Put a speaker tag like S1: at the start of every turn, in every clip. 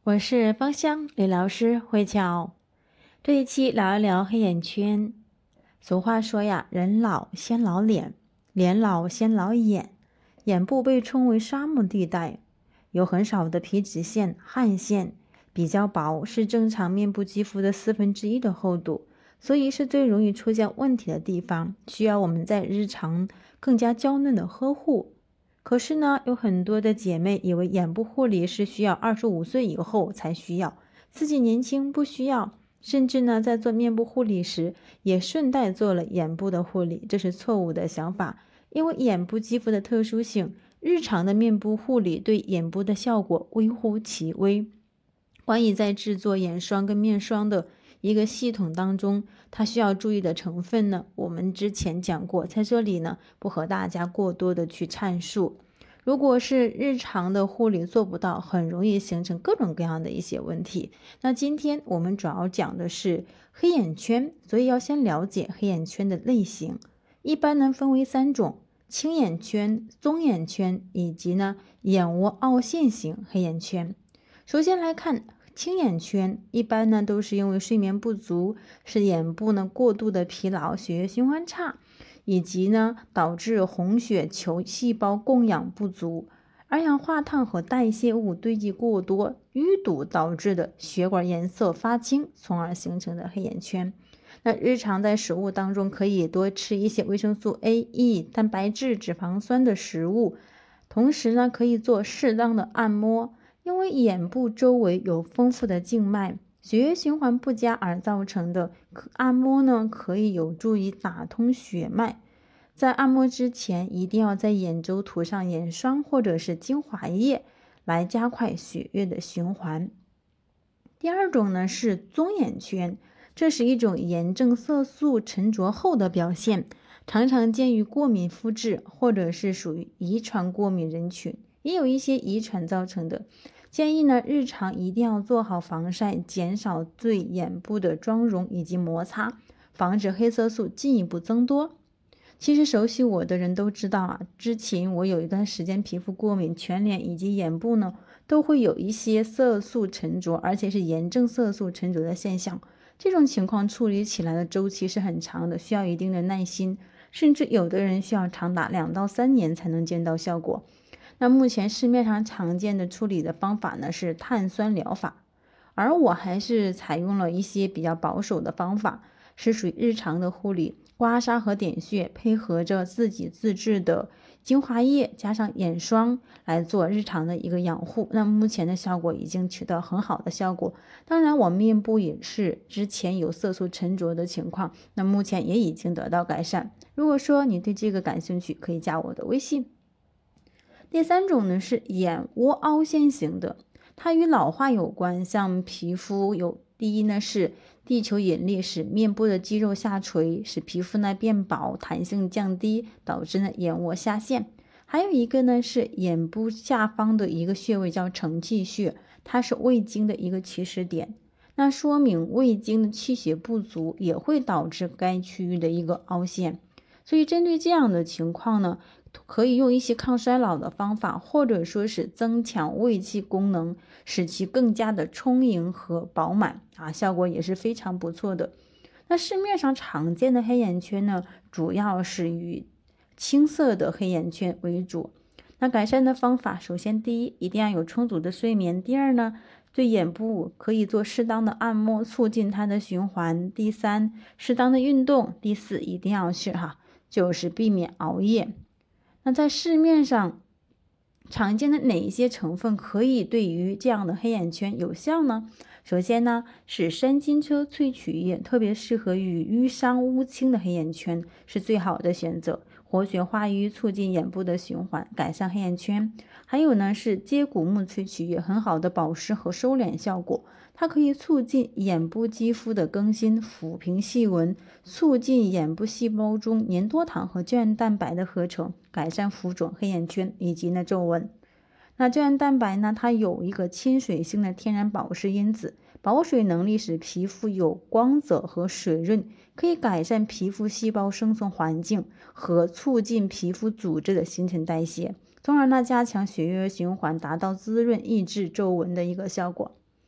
S1: 我是芳香理疗师慧巧，这一期聊一聊黑眼圈。俗话说呀，人老先老脸，脸老先老眼。眼部被称为沙漠地带，有很少的皮脂腺、汗腺，比较薄，是正常面部肌肤的1/4的厚度，所以是最容易出现问题的地方，需要我们在日常更加娇嫩的呵护。可是呢，有很多的姐妹以为眼部护理是需要25岁以后才需要，自己年轻不需要，甚至呢，在做面部护理时也顺带做了眼部的护理，这是错误的想法。因为眼部肌肤的特殊性，日常的面部护理对眼部的效果微乎其微。关于在制作眼霜跟面霜的一个系统当中，它需要注意的成分呢，我们之前讲过，在这里呢不和大家过多的去阐述。如果是日常的护理做不到，很容易形成各种各样的一些问题。那今天我们主要讲的是黑眼圈，所以要先了解黑眼圈的类型。一般呢分为3种：轻眼圈、棕眼圈以及呢眼窝凹陷型黑眼圈。首先来看轻眼圈，一般呢都是因为睡眠不足，使眼部呢过度的疲劳，血液循环差，以及呢导致红血球细胞供氧不足，二氧化碳和代谢物堆积过多，淤堵导致的血管颜色发青，从而形成的黑眼圈。那日常在食物当中可以多吃一些维生素 A、E、蛋白质、脂肪酸的食物，同时呢可以做适当的按摩。因为眼部周围有丰富的静脉，血液循环不佳而造成的，按摩呢可以有助于打通血脉。在按摩之前，一定要在眼周涂上眼霜或者是精华液，来加快血液的循环。第二种呢是棕眼圈，这是一种炎症色素沉着后的表现，常常见于过敏肤质或者是属于遗传过敏人群，也有一些遗传造成的。建议呢，日常一定要做好防晒，减少对眼部的妆容以及摩擦，防止黑色素进一步增多。其实熟悉我的人都知道啊，之前我有一段时间皮肤过敏，全脸以及眼部呢都会有一些色素沉着，而且是炎症色素沉着的现象。这种情况处理起来的周期是很长的，需要一定的耐心，甚至有的人需要长达2到3年才能见到效果。那目前市面上常见的处理的方法呢是碳酸疗法，而我还是采用了一些比较保守的方法，是属于日常的护理，刮痧和点穴，配合着自己自制的精华液加上眼霜来做日常的一个养护。那目前的效果已经取得很好的效果。当然我面部也是之前有色素沉着的情况，那目前也已经得到改善。如果说你对这个感兴趣，可以加我的微信。第3种呢是眼窝凹陷型的，它与老化有关，像皮肤有第一呢是地球引力使面部的肌肉下垂，使皮肤呢变薄，弹性降低，导致呢眼窝下陷。还有一个呢是眼部下方的一个穴位叫承泣穴，它是胃经的一个起始点，那说明胃经的气血不足也会导致该区域的一个凹陷。所以针对这样的情况呢，可以用一些抗衰老的方法，或者说是增强胃气功能，使其更加的充盈和饱满啊，效果也是非常不错的。那市面上常见的黑眼圈呢，主要是以青色的黑眼圈为主。那改善的方法，首先第一，一定要有充足的睡眠；第二呢，对眼部可以做适当的按摩，促进它的循环；第三，适当的运动；第四，一定要就是避免熬夜。那在市面上常见的哪一些成分可以对于这样的黑眼圈有效呢？首先呢是山金车萃取液，特别适合于淤伤乌青的黑眼圈，是最好的选择，活血化瘀，促进眼部的循环，改善黑眼圈。还有呢是接骨木萃取液，很好的保湿和收敛效果，它可以促进眼部肌肤的更新，抚平细纹，促进眼部细胞中粘多糖和胶原蛋白的合成，改善浮肿、黑眼圈以及皱纹。那胶原蛋白呢，它有一个亲水性的天然保湿因子，保水能力使皮肤有光泽和水润，可以改善皮肤细胞生存环境和促进皮肤组织的新陈代谢，从而呢加强血液循环，达到滋润抑制皱纹的一个效果。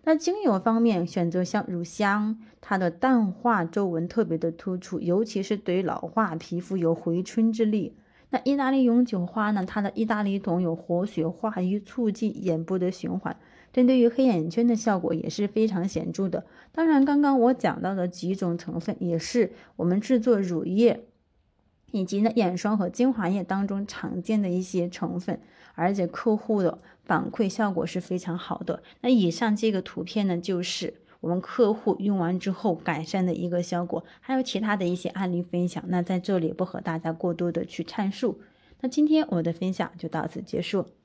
S1: 那精油方面选择像乳香，它的淡化皱纹特别的突出，尤其是对于老化皮肤有回春之力。那意大利永久花呢，它的意大利酮有活血化瘀，促进眼部的循环，针对于黑眼圈的效果也是非常显著的。当然刚刚我讲到的几种成分也是我们制作乳液以及呢眼霜和精华液当中常见的一些成分，而且客户的反馈效果是非常好的。那以上这个图片呢，就是我们客户用完之后改善的一个效果，还有其他的一些案例分享，那在这里不和大家过多的去阐述。那今天我的分享就到此结束。